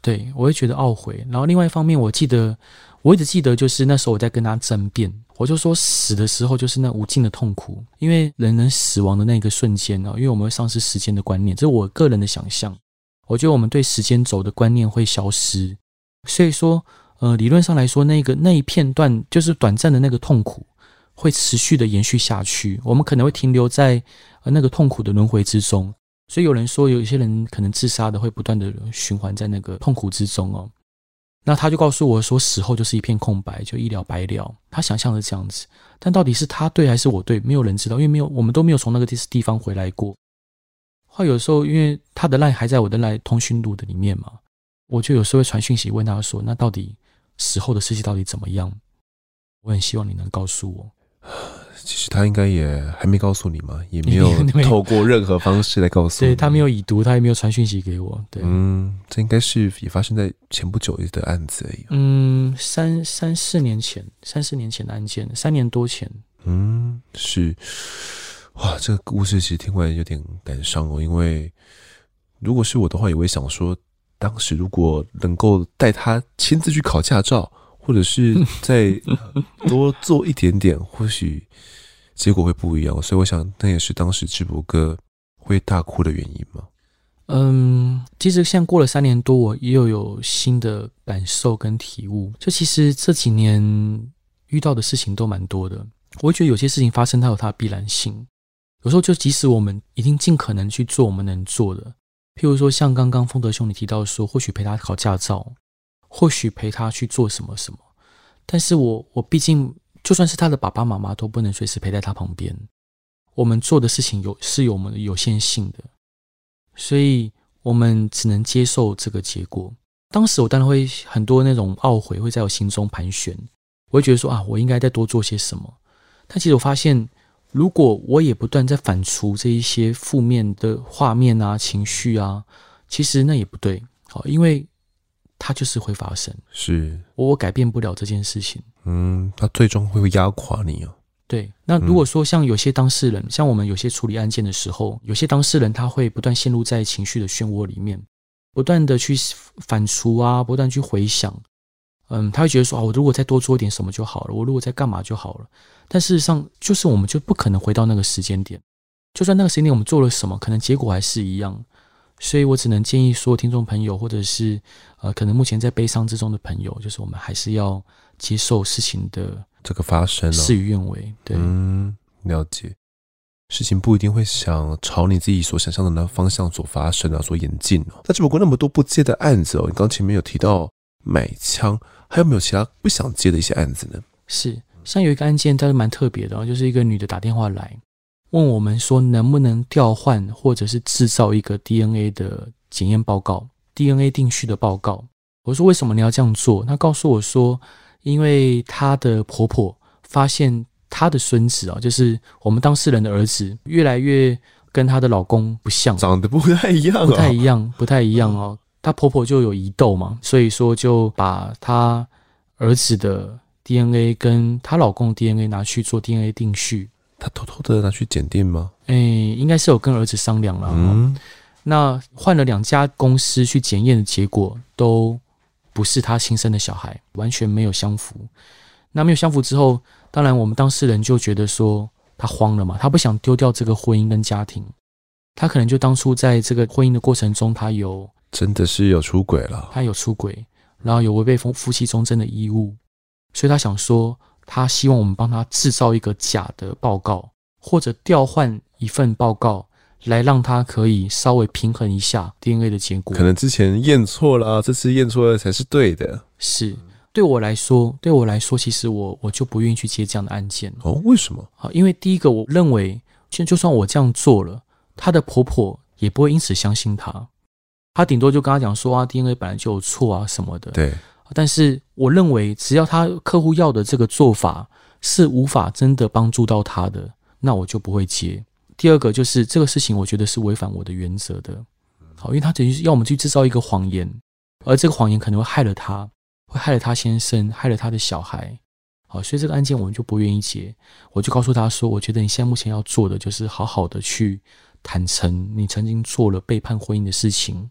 对，我会觉得懊悔。然后另外一方面，我一直记得，就是那时候我在跟他争辩，我就说死的时候就是那无尽的痛苦，因为人死亡的那个瞬间因为我们会丧失时间的观念，这是我个人的想象。我觉得我们对时间轴的观念会消失，所以说理论上来说，那一片段就是短暂的那个痛苦会持续的延续下去，我们可能会停留在那个痛苦的轮回之中。所以有人说，有一些人可能自杀的会不断的循环在那个痛苦之中那他就告诉我说，死后就是一片空白，就一了百了。他想象的这样子，但到底是他对还是我对，没有人知道，因为我们都没有从那个地方回来过。后来有时候，因为他的 LINE 还在我的 LINE 通讯录的里面嘛，我就有时候会传讯息问他说，那到底死后的世界到底怎么样？我很希望你能告诉我。 其实他应该也还没告诉你嘛，也没有透过任何方式来告诉你。 对，他没有已读，他也没有传讯息给我。对， 这应该是也发生在前不久的案子而已。 三四年前的案件，3年多前。 是。哇，这个故事其实听完有点感伤因为如果是我的话，也会想说，当时如果能够带他亲自去考驾照，或者是再多做一点点，或许结果会不一样。所以我想，那也是当时智博哥会大哭的原因嘛。 其实像过了3年多，我也有新的感受跟体悟。就其实这几年遇到的事情都蛮多的，我会觉得有些事情发生，它有它的必然性。有时候就即使我们一定尽可能去做我们能做的，譬如说像刚刚丰德兄你提到说，或许陪他考驾照，或许陪他去做什么什么，但是我毕竟就算是他的爸爸妈妈都不能随时陪在他旁边，我们做的事情是有我们的有限性的，所以我们只能接受这个结果。当时我当然会很多那种懊悔会在我心中盘旋，我会觉得说我应该再多做些什么。但其实我发现，如果我也不断在反刍这一些负面的画面情绪其实那也不对，因为它就是会发生， 是我改变不了这件事情。 它最终会压垮你对，那如果说像有些当事人，像我们有些处理案件的时候，有些当事人他会不断陷入在情绪的漩涡里面，不断的去反刍不断去回想，他会觉得说我如果再多做一点什么就好了，我如果再干嘛就好了。但事实上，就是我们就不可能回到那个时间点，就算那个时间点我们做了什么，可能结果还是一样。所以我只能建议说，听众朋友，或者是可能目前在悲伤之中的朋友，就是我们还是要接受事情的这个发生事与愿违。对， 了解。事情不一定会想朝你自己所想象的那个方向所发生所演进那只不过那么多不接的案子你刚前面有提到买枪，还有没有其他不想接的一些案子呢？ 是，像有一个案件，它是蛮特别的就是一个女的打电话来问我们说，能不能调换或者是制造一个 DNA 的检验报告， DNA 定序的报告。我说为什么你要这样做？她告诉我说，因为她的婆婆发现她的孙子就是我们当事人的儿子，越来越跟她的老公不像， 长得不太一样不太一样她婆婆就有疑窦嘛，所以说就把她儿子的 DNA 跟她老公的 DNA 拿去做 DNA 定序。 他偷偷的拿去检定吗？ 应该是有跟儿子商量了那换了2家公司去检验的结果都不是他亲生的小孩，完全没有相符。那没有相符之后，当然我们当事人就觉得说他慌了嘛，他不想丢掉这个婚姻跟家庭，他可能就当初在这个婚姻的过程中，他有真的是有出轨了， 他有出轨，然后有违背夫妻忠贞的义务，所以他想说，他希望我们帮他制造一个假的报告，或者调换一份报告，来让他可以稍微平衡一下 DNA 的结果。 可能之前验错了这次验错了才是对的。 是，对我来说，其实我就不愿意去接这样的案件。 为什么？ 因为第一个，我认为就算我这样做了，她的婆婆也不会因此相信她，她顶多就跟她讲说DNA 本来就有错什么的。 对。 但是我认为，只要他客户要的这个做法是无法真的帮助到他的，那我就不会接。第二个就是这个事情，我觉得是违反我的原则的。因为他等于是要我们去制造一个谎言，而这个谎言可能会害了他，会害了他先生，害了他的小孩。所以这个案件我们就不愿意接。我就告诉他说，我觉得你现在目前要做的就是好好的去坦诚你曾经做了背叛婚姻的事情，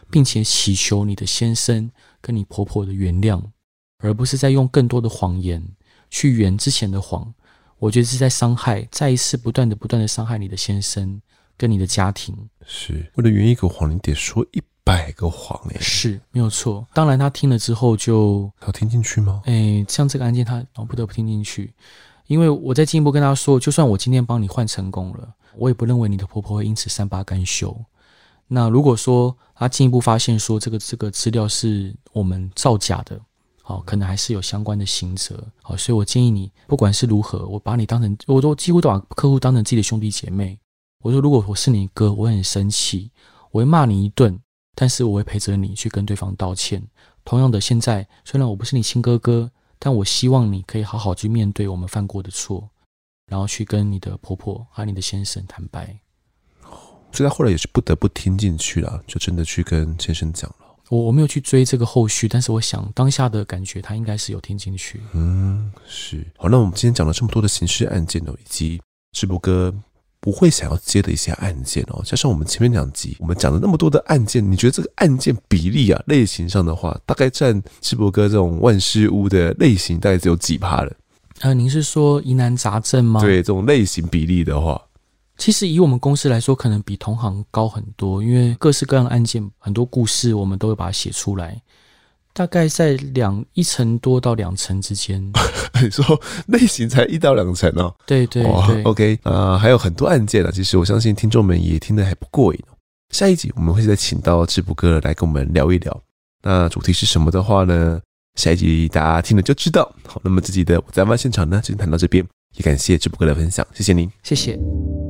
并且祈求你的先生跟你婆婆的原谅，而不是在用更多的谎言去圆之前的谎。我觉得是在伤害，再一次不断的伤害你的先生跟你的家庭。 是为了圆一个谎，你得说100个谎耶。 是没有错。当然他听了之后就他有听进去吗？ 像这个案件他不得不听进去，因为我在进一步跟他说，就算我今天帮你换成功了，我也不认为你的婆婆会因此善罢甘休。那如果说他进一步发现说这个资料是我们造假的，可能还是有相关的刑责。所以我建议你不管是如何，我把你当成，我都几乎都把客户当成自己的兄弟姐妹。我说如果我是你哥，我会很生气，我会骂你一顿，但是我会陪着你去跟对方道歉。同样的，现在虽然我不是你亲哥哥，但我希望你可以好好去面对我们犯过的错，然后去跟你的婆婆和你的先生坦白。 所以他后来也是不得不听进去了，就真的去跟先生讲了。 我没有去追这个后续，但是我想当下的感觉他应该是有听进去。 是。好，那我们今天讲了这么多的刑事案件以及智博哥不会想要接的一些案件加上我们前面2集我们讲了那么多的案件，你觉得这个案件比例类型上的话，大概占智博哥这种万事屋的类型大概只有几%了？ 您是说疑难杂症吗？ 对，这种类型比例的话， 其实以我们公司来说，可能比同行高很多，因为各式各样的案件，很多故事我们都会把它写出来，大概在1成多到2成之间。 你说类型才1到2成哦？ 对对对。 OK， 还有很多案件其实我相信听众们也听得还不过瘾。下一集我们会再请到智博哥来跟我们聊一聊。那主题是什么的话呢？下一集大家听了就知道。好，那么这集的我在案发现场呢，就谈到这边，也感谢智博哥的分享，谢谢您， 谢谢。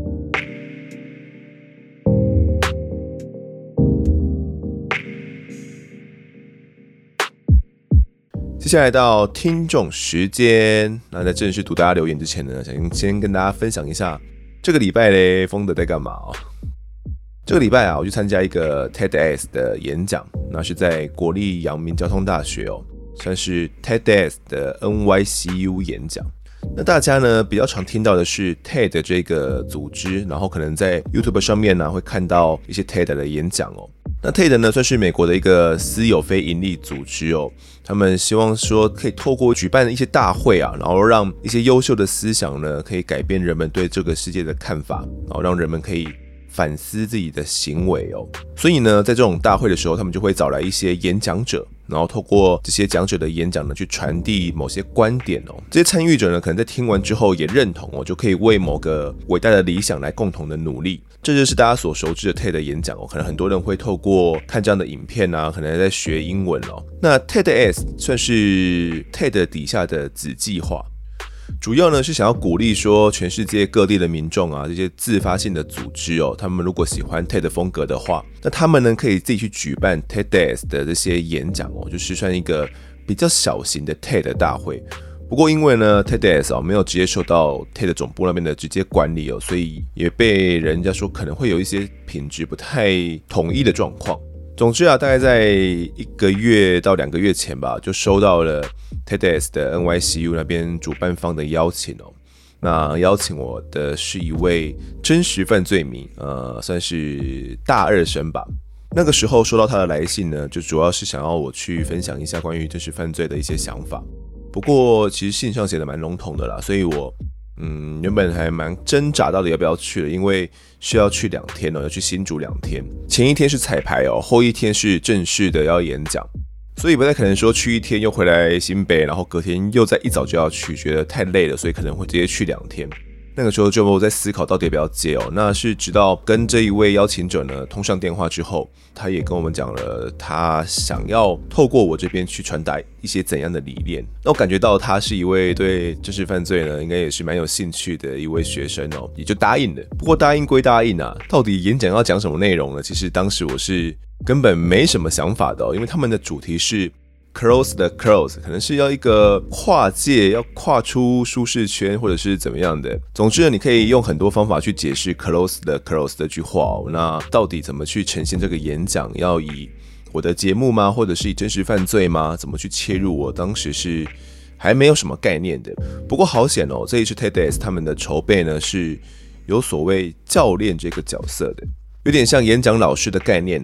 接下来到听众时间，那在正式读大家留言之前呢，想先跟大家分享一下这个礼拜咧，疯的在干嘛这个礼拜我去参加一个 TEDx 的演讲，那是在国立阳明交通大学算是 TEDx 的 NYCU 演讲。那大家呢比较常听到的是 TED 这个组织，然后可能在 YouTube 上面会看到一些 TED 的演讲那 TED 呢算是美国的一个私有非营利组织他们希望说可以透过举办一些大会然后让一些优秀的思想呢可以改变人们对这个世界的看法，然后让人们可以反思自己的行为所以呢在这种大会的时候，他们就会找来一些演讲者，然后透过这些讲者的演讲呢去传递某些观点这些参与者呢可能在听完之后也认同就可以为某个伟大的理想来共同的努力。这就是大家所熟知的 TED 演讲可能很多人会透过看这样的影片可能在学英文那 TEDx 算是 TED 底下的子计划，主要呢是想要鼓励说全世界各地的民众这些自发性的组织他们如果喜欢 TED 风格的话，那他们呢可以自己去举办 TEDx 的这些演讲就是算一个比较小型的 TED 大会。不过因为呢 TEDx 没有直接受到 TED 总部那边的直接管理所以也被人家说可能会有一些品质不太统一的状况。总之大概在1个月到2个月前吧，就收到了 TEDx 的 NYCU 那边主办方的邀请那邀请我的是一位真实犯罪迷，算是大2生吧。那个时候收到他的来信呢，就主要是想要我去分享一下关于真实犯罪的一些想法。不过其实信上写的蛮笼统的啦，所以我原本还蛮挣扎到底要不要去的，因为需要去2天要去新竹2天，前一天是彩排后一天是正式的要演讲，所以不太可能说去1天又回来新北，然后隔天又在一早就要去，觉得太累了，所以可能会直接去2天。那个时候就在思考到底要不要接那是直到跟这一位邀请者呢通上电话之后，他也跟我们讲了他想要透过我这边去传达一些怎样的理念。那我感觉到他是一位对真实犯罪呢应该也是蛮有兴趣的一位学生也就答应了。不过答应归答应到底演讲要讲什么内容呢？其实当时我是根本没什么想法的因为他们的主题是Close the close， 可能是要一个跨界，要跨出舒适圈，或者是怎么样的。总之呢，你可以用很多方法去解释 Close the close 这句话那到底怎么去呈现这个演讲？要以我的节目吗？或者是以真实犯罪吗？怎么去切入？我当时是还没有什么概念的。不过好险这一次 TEDx 他们的筹备呢是有所谓教练这个角色的，有点像演讲老师的概念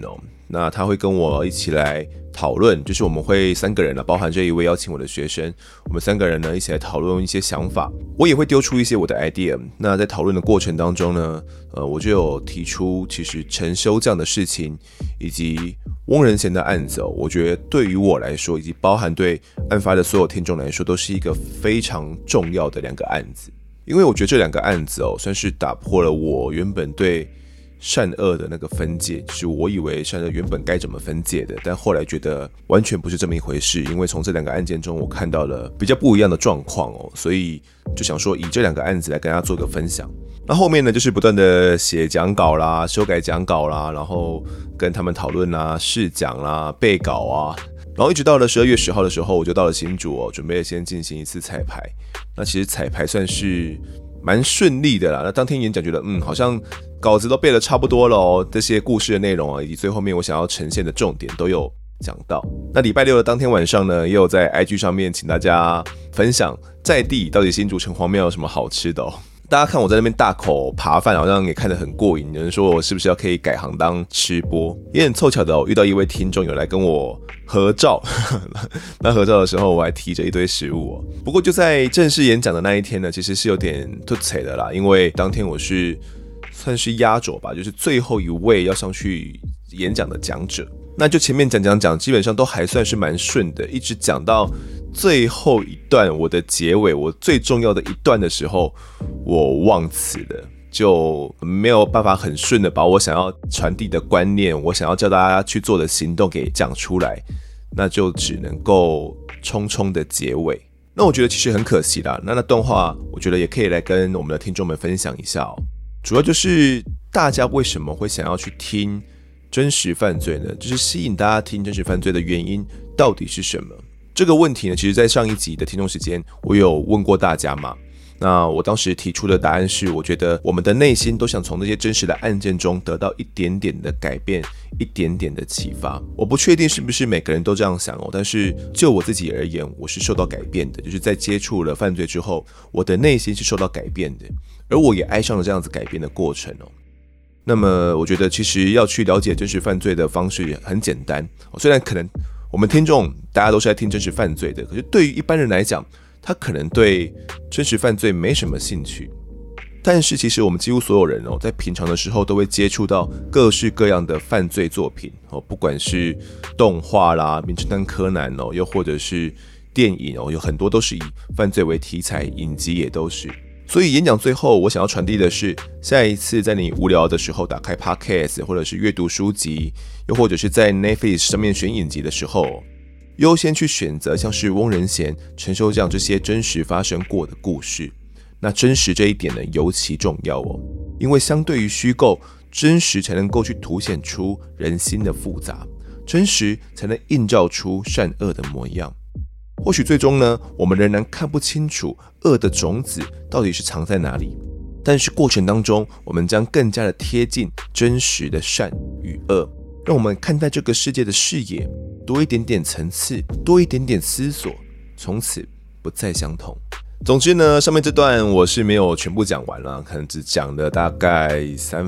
那他会跟我一起来讨论，就是我们会3个人包含这一位邀请我的学生，我们3个人呢一起来讨论一些想法，我也会丢出一些我的 idea。那在讨论的过程当中呢，我就有提出，其实承修这样的事情，以及翁仁贤的案子我觉得对于我来说，以及包含对案发的所有听众来说，都是一个非常重要的2个案子。因为我觉得这2个案子算是打破了我原本对善恶的那个分界，就是我以为善恶原本该怎么分界的，但后来觉得完全不是这么一回事。因为从这2个案件中，我看到了比较不一样的状况所以就想说以这2个案子来跟大家做个分享。那后面呢，就是不断的写讲稿啦、修改讲稿啦，然后跟他们讨论啦、试讲啦、备稿啊，然后一直到了12月10号的时候，我就到了新竹准备先进行一次彩排。那其实彩排算是蛮顺利的啦。那当天演讲觉得好像稿子都背得差不多了这些故事的内容以及最后面我想要呈现的重点都有讲到。那礼拜6的当天晚上呢，也有在 IG 上面请大家分享在地到底新竹城隍庙有什么好吃的大家看我在那边大口扒饭，好像也看得很过瘾。有人说我是不是要可以改行当吃播？也很凑巧的遇到一位听众有来跟我合照那合照的时候我还提着一堆食物不过就在正式演讲的那一天呢，其实是有点突扯的啦，因为当天我是算是压轴吧，就是最后一位要上去演讲的讲者。那就前面讲基本上都还算是蛮顺的，一直讲到最后一段我的结尾，我最重要的一段的时候，我忘词了，就没有办法很顺的把我想要传递的观念，我想要叫大家去做的行动给讲出来，那就只能够匆匆的结尾。那我觉得其实很可惜啦。那段话我觉得也可以来跟我们的听众们分享一下主要就是大家为什么会想要去听真实犯罪呢？就是吸引大家听真实犯罪的原因到底是什么？这个问题呢，其实在上一集的听众时间我有问过大家嘛。那我当时提出的答案是，我觉得我们的内心都想从那些真实的案件中得到一点点的改变，一点点的启发。我不确定是不是每个人都这样想但是就我自己而言，我是受到改变的，就是在接触了犯罪之后，我的内心是受到改变的，而我也爱上了这样子改变的过程那么我觉得其实要去了解真实犯罪的方式很简单虽然可能我们听众大家都是在听真实犯罪的，可是对于一般人来讲，他可能对真实犯罪没什么兴趣。但是其实我们几乎所有人在平常的时候都会接触到各式各样的犯罪作品不管是动画啦、名侦探柯南又或者是电影有很多都是以犯罪为题材，影集也都是。所以演讲最后我想要传递的是，下一次在你无聊的时候打开 Podcast 或者是阅读书籍，又或者是在 Netflix 上面选影集的时候，优先去选择像是翁仁贤、陈修这样这些真实发生过的故事。那真实这一点呢尤其重要因为相对于虚构，真实才能够去凸显出人心的复杂，真实才能映照出善恶的模样。或许最终呢，我们仍然看不清楚恶的种子到底是藏在哪里，但是过程当中，我们将更加的贴近真实的善与恶，让我们看待这个世界的视野多一点点层次，多一点点思索，从此不再相同。总之呢，上面这段我是没有全部讲完了，可能只讲了大概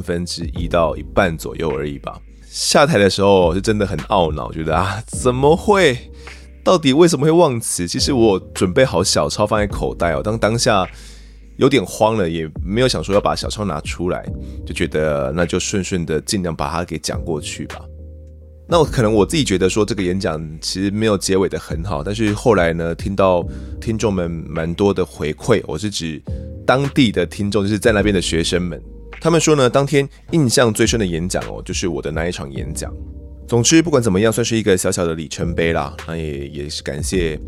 1/3到一半左右而已吧。下台的时候是真的很懊恼，觉得怎么会？到底为什么会忘词？其实我准备好小抄放在口袋当下有点慌了，也没有想说要把小抄拿出来，就觉得那就顺顺的尽量把它给讲过去吧。那可能我自己觉得说这个演讲其实没有结尾的很好，但是后来呢，听到听众们蛮多的回馈，我是指当地的听众，就是在那边的学生们，他们说呢，当天印象最深的演讲就是我的那一场演讲。总之不管怎么样，算是一个小小的里程碑啦。那也是感谢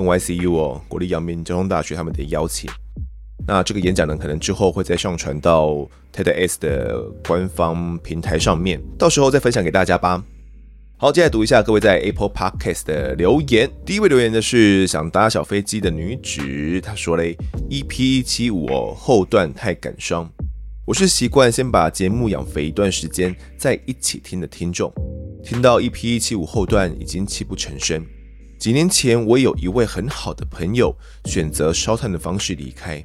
NYCU 国立阳明交通大学他们的邀请。那这个演讲呢，可能之后会再上传到 TEDx 的官方平台上面，到时候再分享给大家吧。好，接下来读一下各位在 Apple Podcast 的留言。第一位留言的是想搭小飞机的女子，她说嘞 EP175后段太感伤。我是习惯先把节目养肥一段时间再一起听的听众，听到 EP175后段已经泣不成声。几年前我有一位很好的朋友选择烧炭的方式离开，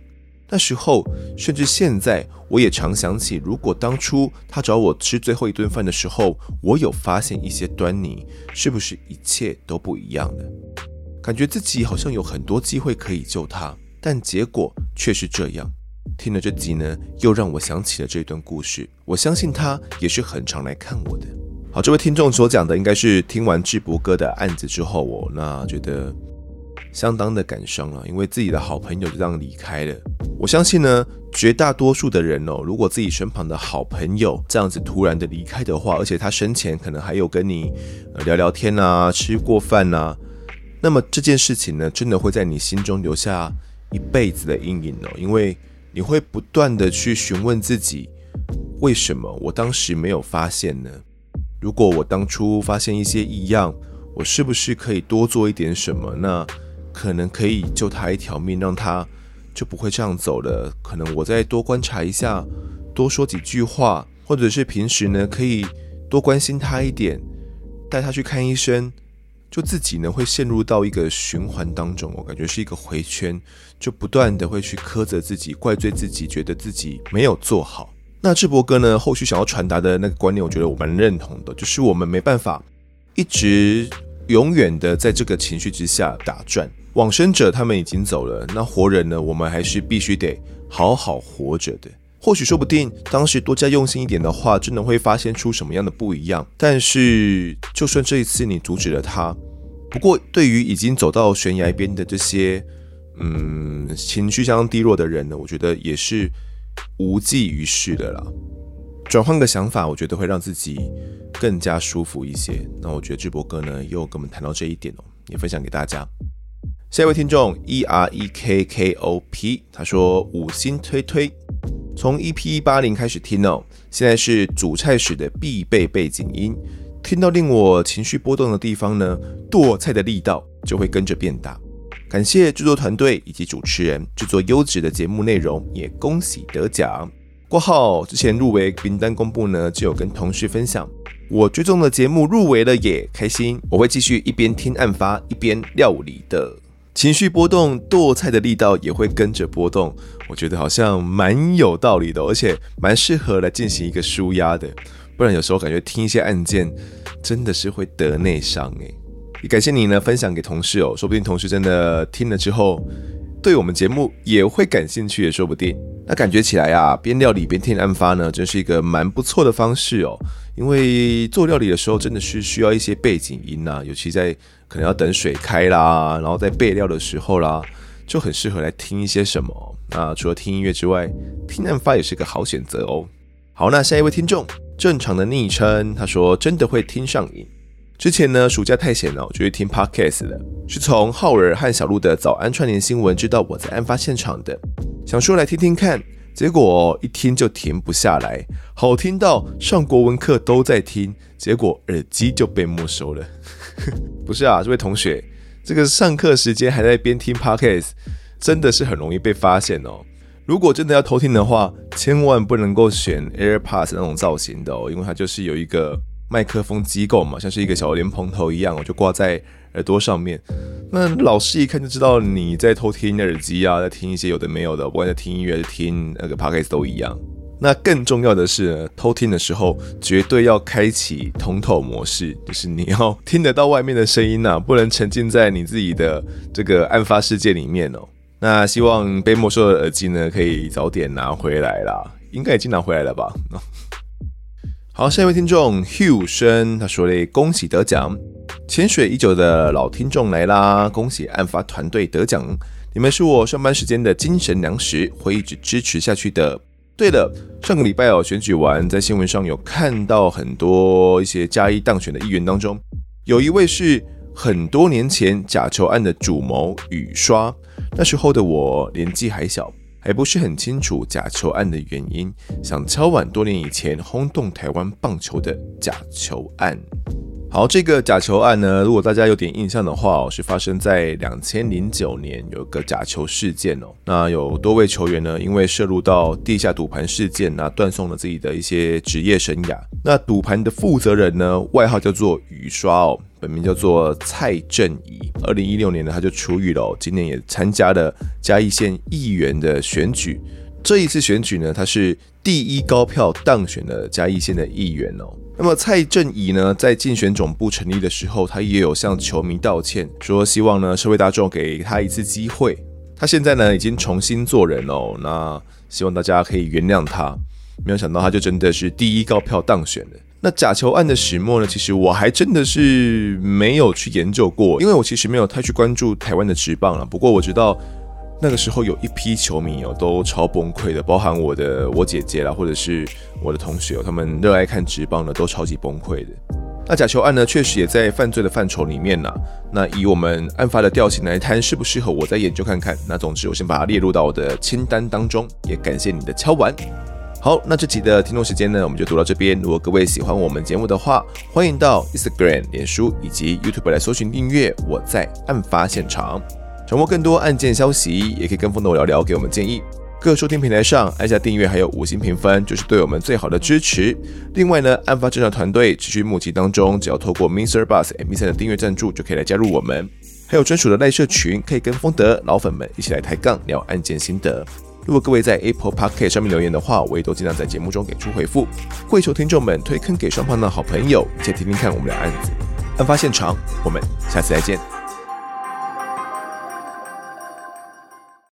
那时候甚至现在我也常想起，如果当初他找我吃最后一顿饭的时候，我有发现一些端倪，是不是一切都不一样了？感觉自己好像有很多机会可以救他，但结果却是这样。听了这集呢，又让我想起了这段故事。我相信他也是很常来看我的。好，这位听众所讲的应该是听完智博哥的案子之后，那觉得相当的感伤了，因为自己的好朋友就这样离开了。我相信呢，绝大多数的人如果自己身旁的好朋友这样子突然的离开的话，而且他生前可能还有跟你聊聊天啊，吃过饭啊，那么这件事情呢，真的会在你心中留下一辈子的阴影因为你会不断的去询问自己，为什么我当时没有发现呢？如果我当初发现一些异样，我是不是可以多做一点什么？那可能可以救他一条命，让他就不会这样走了。可能我再多观察一下，多说几句话，或者是平时呢可以多关心他一点，带他去看医生，就自己呢会陷入到一个循环当中，我感觉是一个回圈，就不断的会去苛责自己，怪罪自己，觉得自己没有做好。那智博哥呢后续想要传达的那个观念，我觉得我蛮认同的，就是我们没办法一直永远的在这个情绪之下打转。往生者他们已经走了，那活人呢，我们还是必须得好好活着的。或许说不定当时多加用心一点的话，真的会发现出什么样的不一样。但是就算这一次你阻止了他，不过对于已经走到悬崖边的这些情绪相当低落的人呢，我觉得也是无济于事的啦。转换个想法，我觉得会让自己更加舒服一些。那我觉得智博哥呢又跟我们谈到这一点也分享给大家。下一位听众 EREKKOP， 他说5星推推，从 EP180 开始听现在是煮菜时的必备背景音，听到令我情绪波动的地方呢，剁菜的力道就会跟着变大。感谢制作团队以及主持人制作优质的节目内容，也恭喜得奖。括号之前入围名单公布呢，就有跟同事分享，我追踪的节目入围了耶，开心！我会继续一边听案发一边料理的。情绪波动，剁菜的力道也会跟着波动，我觉得好像蛮有道理的，而且蛮适合来进行一个抒压的。不然有时候感觉听一些案件真的是会得内伤也感谢你呢分享给同事说不定同事真的听了之后对我们节目也会感兴趣也说不定。那感觉起来啊，边料理边听案发呢，真是一个蛮不错的方式因为做料理的时候真的是需要一些背景音尤其在可能要等水开啦，然后在备料的时候啦，就很适合来听一些什么。那除了听音乐之外，听案发也是个好选择好，那下一位听众正常的昵称，他说真的会听上瘾。之前呢，暑假太闲了，就去听 podcast 了，是从浩尔和小鹿的早安串联新闻知道我在案发现场的，想说来听听看，结果一听就停不下来，好听到上国文课都在听，结果耳机就被没收了。不是啊，这位同学，这个上课时间还在边听 podcast， 真的是很容易被发现如果真的要偷听的话，千万不能够选 AirPods 那种造型的因为它就是有一个麦克风机构嘛，像是一个小莲蓬头一样就挂在耳朵上面。那老师一看就知道你在偷听耳机啊，在听一些有的没有的，不管在听音乐还是听那个 podcast 都一样。那更重要的是偷听的时候绝对要开启通透模式，就是你要听得到外面的声音不能沉浸在你自己的这个案发世界里面那希望被没收的耳机呢可以早点拿回来啦，应该已经拿回来了吧好，下一位听众 Hugh 生，他说了恭喜得奖，潜水已久的老听众来啦，恭喜案发团队得奖，你们是我上班时间的精神粮食，会一直支持下去的。对了，上个礼拜选举完，在新闻上有看到很多一些嘉义当选的议员当中，有一位是很多年前假球案的主谋雨刷，那时候的我年纪还小，还不是很清楚假球案的原因，想敲碗多年以前轰动台湾棒球的假球案。好，这个假球案呢，如果大家有点印象的话是发生在2009年有个假球事件那有多位球员呢，因为涉入到地下赌盘事件断送了自己的一些职业生涯。那赌盘的负责人呢，外号叫做雨刷本名叫做蔡正宜。2016年呢，他就出狱了，今年也参加了嘉义县议员的选举。这一次选举呢，他是第一高票当选的嘉义县的议员哦。那么蔡正宜呢，在竞选总部成立的时候，他也有向球迷道歉，说希望呢社会大众给他一次机会。他现在呢已经重新做人哦，那希望大家可以原谅他。没有想到他就真的是第一高票当选了。那假球案的始末呢，其实我还真的是没有去研究过，因为我其实没有太去关注台湾的职棒了。不过我知道那个时候有一批球迷都超崩溃的，包含我姐姐啦，或者是我的同学他们热爱看职棒的都超级崩溃的。那假球案呢，确实也在犯罪的范畴里面啦。那以我们案发的调性来谈，适不适合我再研究看看。那总之，我先把它列入到我的清单当中，也感谢你的敲碗。好，那这集的听众时间呢，我们就读到这边。如果各位喜欢我们节目的话，欢迎到 Instagram、脸书以及 YouTube 来搜寻订阅。我在案发现场，掌握更多案件消息，也可以跟风的我聊聊，给我们建议。各收听平台上按下订阅，还有5星评分，就是对我们最好的支持。另外呢，案发侦查团队持续募集当中，只要透过 MrBoss MB3 的订阅赞助，就可以来加入我们。还有专属的赖社群，可以跟风的老粉们一起来抬杠聊案件心得。如果各位在 Apple Podcast 上面留言的话，我也都尽量在节目中给出回复。跪求听众们推坑给双方的好朋友，一起听听看我们的案子。案发现场，我们下次再见。